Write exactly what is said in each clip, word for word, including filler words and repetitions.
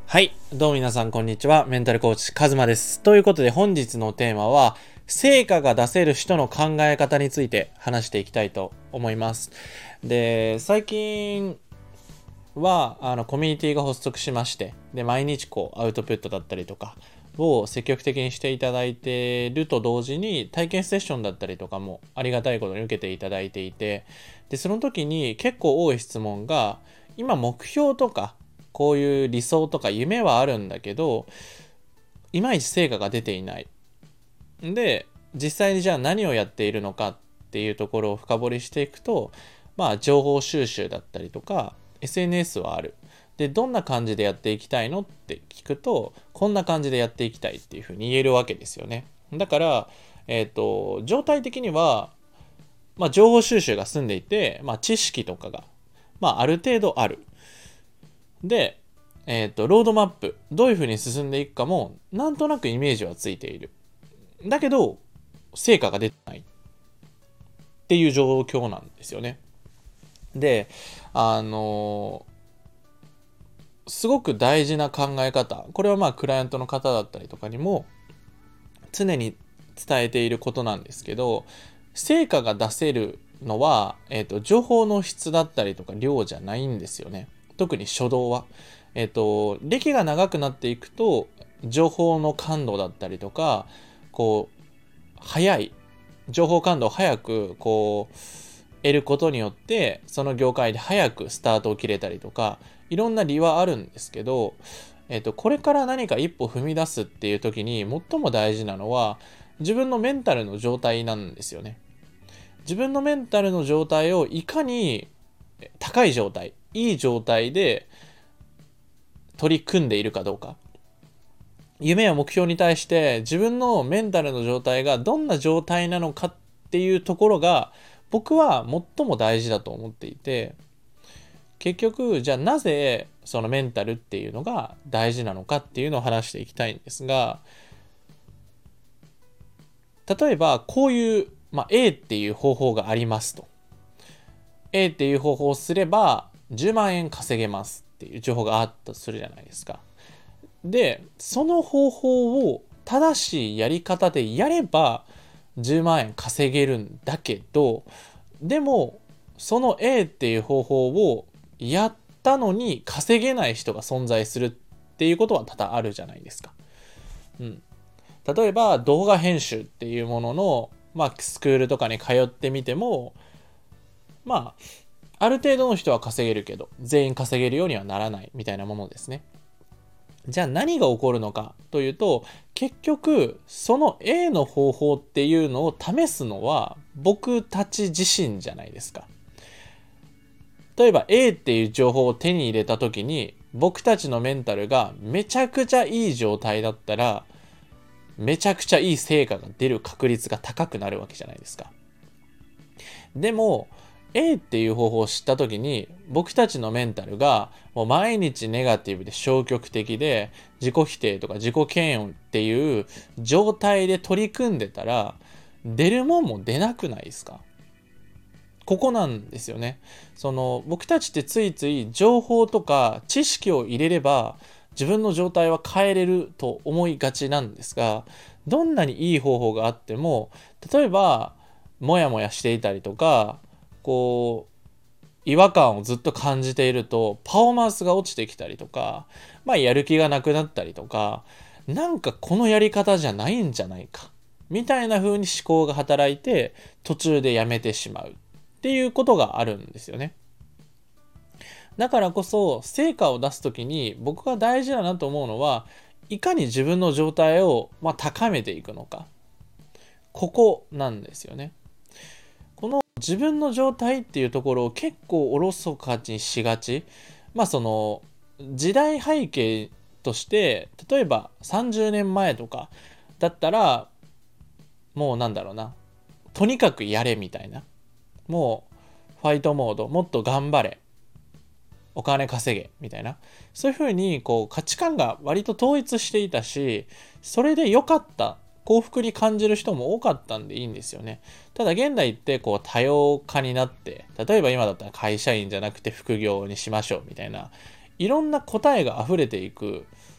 はい。どうも皆さん、こんにちは。メンタルコーチ、カズマです。ということで、本日のテーマは、成果が出せる人の考え方について話していきたいと思います。で、最近は、あの、コミュニティが発足しまして、で、毎日こう、アウトプットだったりとかを積極的にしていただいていると同時に、体験セッションだったりとかもありがたいことに受けていただいていて、で、その時に結構多い質問が、今目標とか、こういう理想とか夢はあるんだけど、いまいち成果が出ていない。で、実際にじゃあ何をやっているのかっていうところを深掘りしていくと、まあ情報収集だったりとか、エスエヌエス はある。で、どんな感じでやっていきたいのって聞くと、こんな感じでやっていきたいっていうふうに言えるわけですよね。だから、えっと、状態的には、まあ情報収集が済んでいて、まあ知識とかが、まあある程度ある。で、えっと、ロードマップ、どういうふうに進んでいくかも、なんとなくイメージはついている。だけど、成果が出てないっていう状況なんですよね。で、あのー、すごく大事な考え方、これはまあ、クライアントの方だったりとかにも、常に伝えていることなんですけど、成果が出せるのは、えっと、情報の質だったりとか量じゃないんですよね。特に初動は。えっと、歴が長くなっていくと、情報の感度だったりとか、こう、早い、情報感度を早く、こう、得ることによって、その業界で早くスタートを切れたりとか、いろんな理由はあるんですけど、えっと、これから何か一歩踏み出すっていう時に、最も大事なのは、自分のメンタルの状態なんですよね。自分のメンタルの状態をいかに高い状態、いい状態で取り組んでいるかどうか。夢や目標に対して自分のメンタルの状態がどんな状態なのかっていうところが僕は最も大事だと思っていて、結局じゃあなぜそのメンタルっていうのが大事なのかっていうのを話していきたいんですが、例えばこういう、まあ、A っていう方法がありますと。A っていう方法をすればじゅうまんえん稼げますっていう情報があったとするじゃないですか。で、その方法を正しいやり方でやればじゅうまんえん稼げるんだけど、でもその A っていう方法をやったのに稼げない人が存在するっていうことは多々あるじゃないですか。うん。例えば動画編集っていうものの、まあ、スクールとかに通ってみても、まあ、ある程度の人は稼げるけど、全員稼げるようにはならないみたいなものですね。じゃあ何が起こるのかというと、結局その A の方法っていうのを試すのは僕たち自身じゃないですか。例えば A っていう情報を手に入れた時に僕たちのメンタルがめちゃくちゃいい状態だったら、めちゃくちゃいい成果が出る確率が高くなるわけじゃないですか。でも A っていう方法を知った時に僕たちのメンタルがもう毎日ネガティブで消極的で自己否定とか自己嫌悪っていう状態で取り組んでたら出るもんも出なくないですか？ここなんですよね。その僕たちってついつい情報とか知識を入れれば自分の状態は変えれると思いがちなんですが、どんなにいい方法があっても、例えばモヤモヤしていたりとか、こう違和感をずっと感じているとパフォーマンスが落ちてきたりとか、まあやる気がなくなったりとか、なんかこのやり方じゃないんじゃないかみたいな風に思考が働いて途中でやめてしまうっていうことがあるんですよね。だからこそ成果を出すときに僕が大事だなと思うのは、いかに自分の状態をまあ高めていくのか、ここなんですよね。この自分の状態っていうところを結構おろそかにしがち。まあその時代背景として例えばさんじゅうねんまえとかだったら、もうなんだろうな、とにかくやれみたいな、もうファイトモード、もっと頑張れ、お金稼げみたいな、そういう風にこう価値観が割と統一していたし、それで良かった、幸福に感じる人も多かったんでいいんですよね。ただ現代ってこう多様化になって、例えば今だったら会社員じゃなくて副業にしましょうみたいな、いろんな答えが溢れていく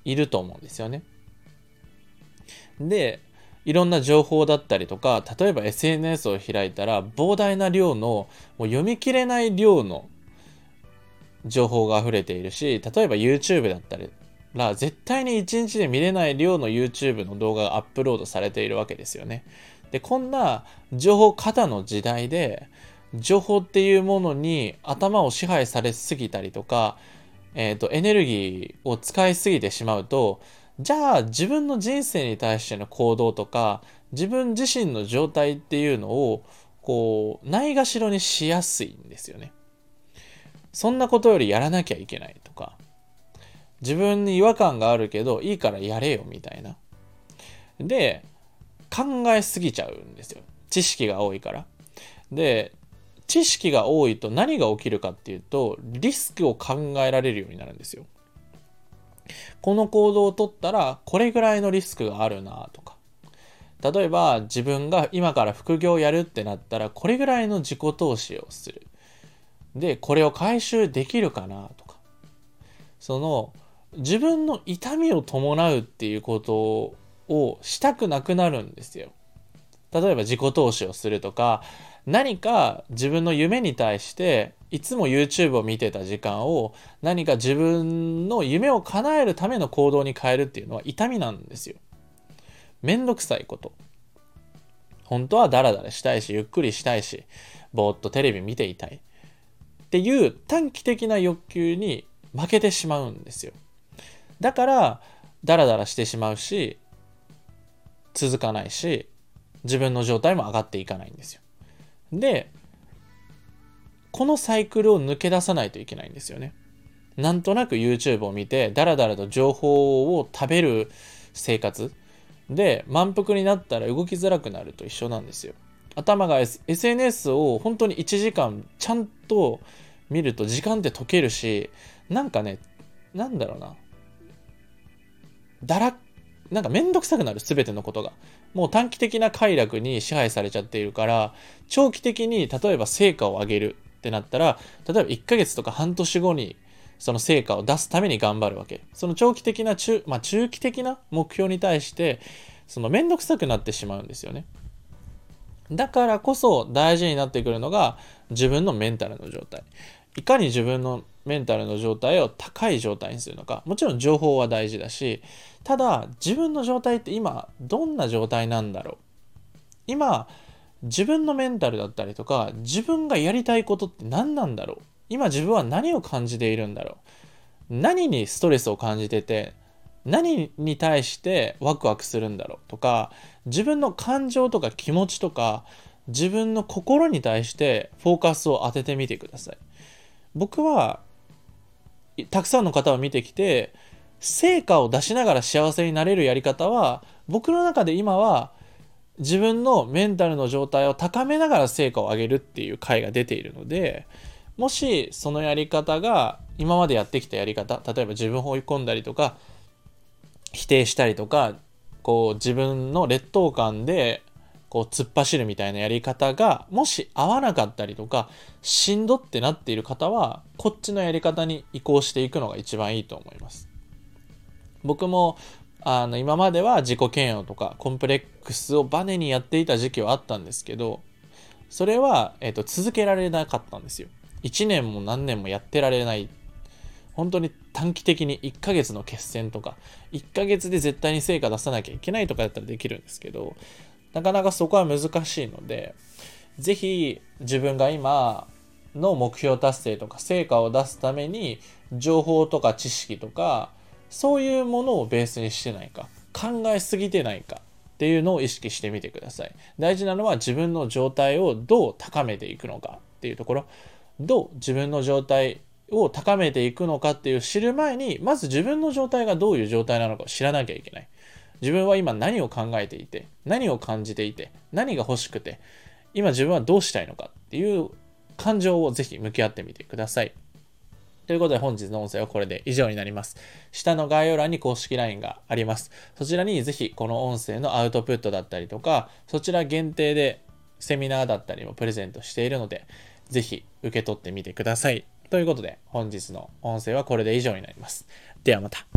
いると思うんですよね。で、いろんな情報だったりとか、例えば エスエヌエス を開いたら膨大な量の、もう読み切れない量の情報が溢れているし、例えば YouTube だったら絶対にいちにちで見れない量の YouTube の動画がアップロードされているわけですよね。で、こんな情報過多の時代で、情報っていうものに頭を支配されすぎたりとか、えっと、エネルギーを使いすぎてしまうと、じゃあ自分の人生に対しての行動とか、自分自身の状態っていうのを、こう、ないがしろにしやすいんですよね。そんなことよりやらなきゃいけないとか、自分に違和感があるけど、いいからやれよみたいな。で、考えすぎちゃうんですよ。知識が多いから。で、知識が多いと何が起きるかっていうと、リスクを考えられるようになるんですよ。この行動を取ったらこれぐらいのリスクがあるなとか、例えば自分が今から副業をやるってなったらこれぐらいの自己投資をする。で、これを回収できるかなとか、その自分の痛みを伴うっていうことをしたくなくなるんですよ。例えば自己投資をするとか、何か自分の夢に対していつも YouTube を見てた時間を何か自分の夢を叶えるための行動に変えるっていうのは痛みなんですよ。めんどくさいこと。本当はダラダラしたいし、ゆっくりしたいし、ぼーっとテレビ見ていたいっていう短期的な欲求に負けてしまうんですよ。だからダラダラしてしまうし、続かないし、自分の状態も上がっていかないんですよ。で、このサイクルを抜け出さないといけないんですよね。なんとなく YouTube を見てダラダラと情報を食べる生活で満腹になったら動きづらくなると一緒なんですよ。頭が エスエヌエス を本当にいちじかんちゃんと見ると時間って解けるし、なんかね、なんだろうな、だらなんかめんどくさくなる、すべてのことが。もう短期的な快楽に支配されちゃっているから、長期的に例えば成果を上げるってなったら、例えばいっかげつとか半年後にその成果を出すために頑張るわけ。その長期的な中、まあ中期的な目標に対して、そのめんどくさくなってしまうんですよね。だからこそ大事になってくるのが自分のメンタルの状態。いかに自分のメンタルの状態を高い状態にするのか。もちろん情報は大事だし、ただ自分の状態って今どんな状態なんだろう。今自分のメンタルだったりとか、自分がやりたいことって何なんだろう。今自分は何を感じているんだろう。何にストレスを感じてて、何に対してワクワクするんだろうとか、自分の感情とか気持ちとか、自分の心に対してフォーカスを当ててみてください。僕はたくさんの方を見てきて、成果を出しながら幸せになれるやり方は、僕の中で今は自分のメンタルの状態を高めながら成果を上げるっていう回が出ているので、もしそのやり方が今までやってきたやり方、例えば自分を追い込んだりとか否定したりとか、こう自分の劣等感でこう突っ走るみたいなやり方がもし合わなかったりとか、しんどってなっている方はこっちのやり方に移行していくのが一番いいと思います。僕もあの今までは自己嫌悪とかコンプレックスをバネにやっていた時期はあったんですけど、それは、えーと、続けられなかったんですよ。いちねんも何年もやってられない。本当に短期的にいっかげつの決戦とか、いっかげつで絶対に成果出さなきゃいけないとかだったらできるんですけど、なかなかそこは難しいので、ぜひ自分が今の目標達成とか成果を出すために情報とか知識とかそういうものをベースにしてないか、考えすぎてないかっていうのを意識してみてください。大事なのは自分の状態をどう高めていくのかっていうところ、どう自分の状態を高めていくのかっていう知る前に、まず自分の状態がどういう状態なのかを知らなきゃいけない。自分は今何を考えていて、何を感じていて、何が欲しくて、今自分はどうしたいのかっていう感情をぜひ向き合ってみてください。ということで本日の音声はこれで以上になります。下の概要欄に公式 ライン があります。そちらにぜひこの音声のアウトプットだったりとか、そちら限定でセミナーだったりもプレゼントしているので、ぜひ受け取ってみてください。ということで本日の音声はこれで以上になります。ではまた。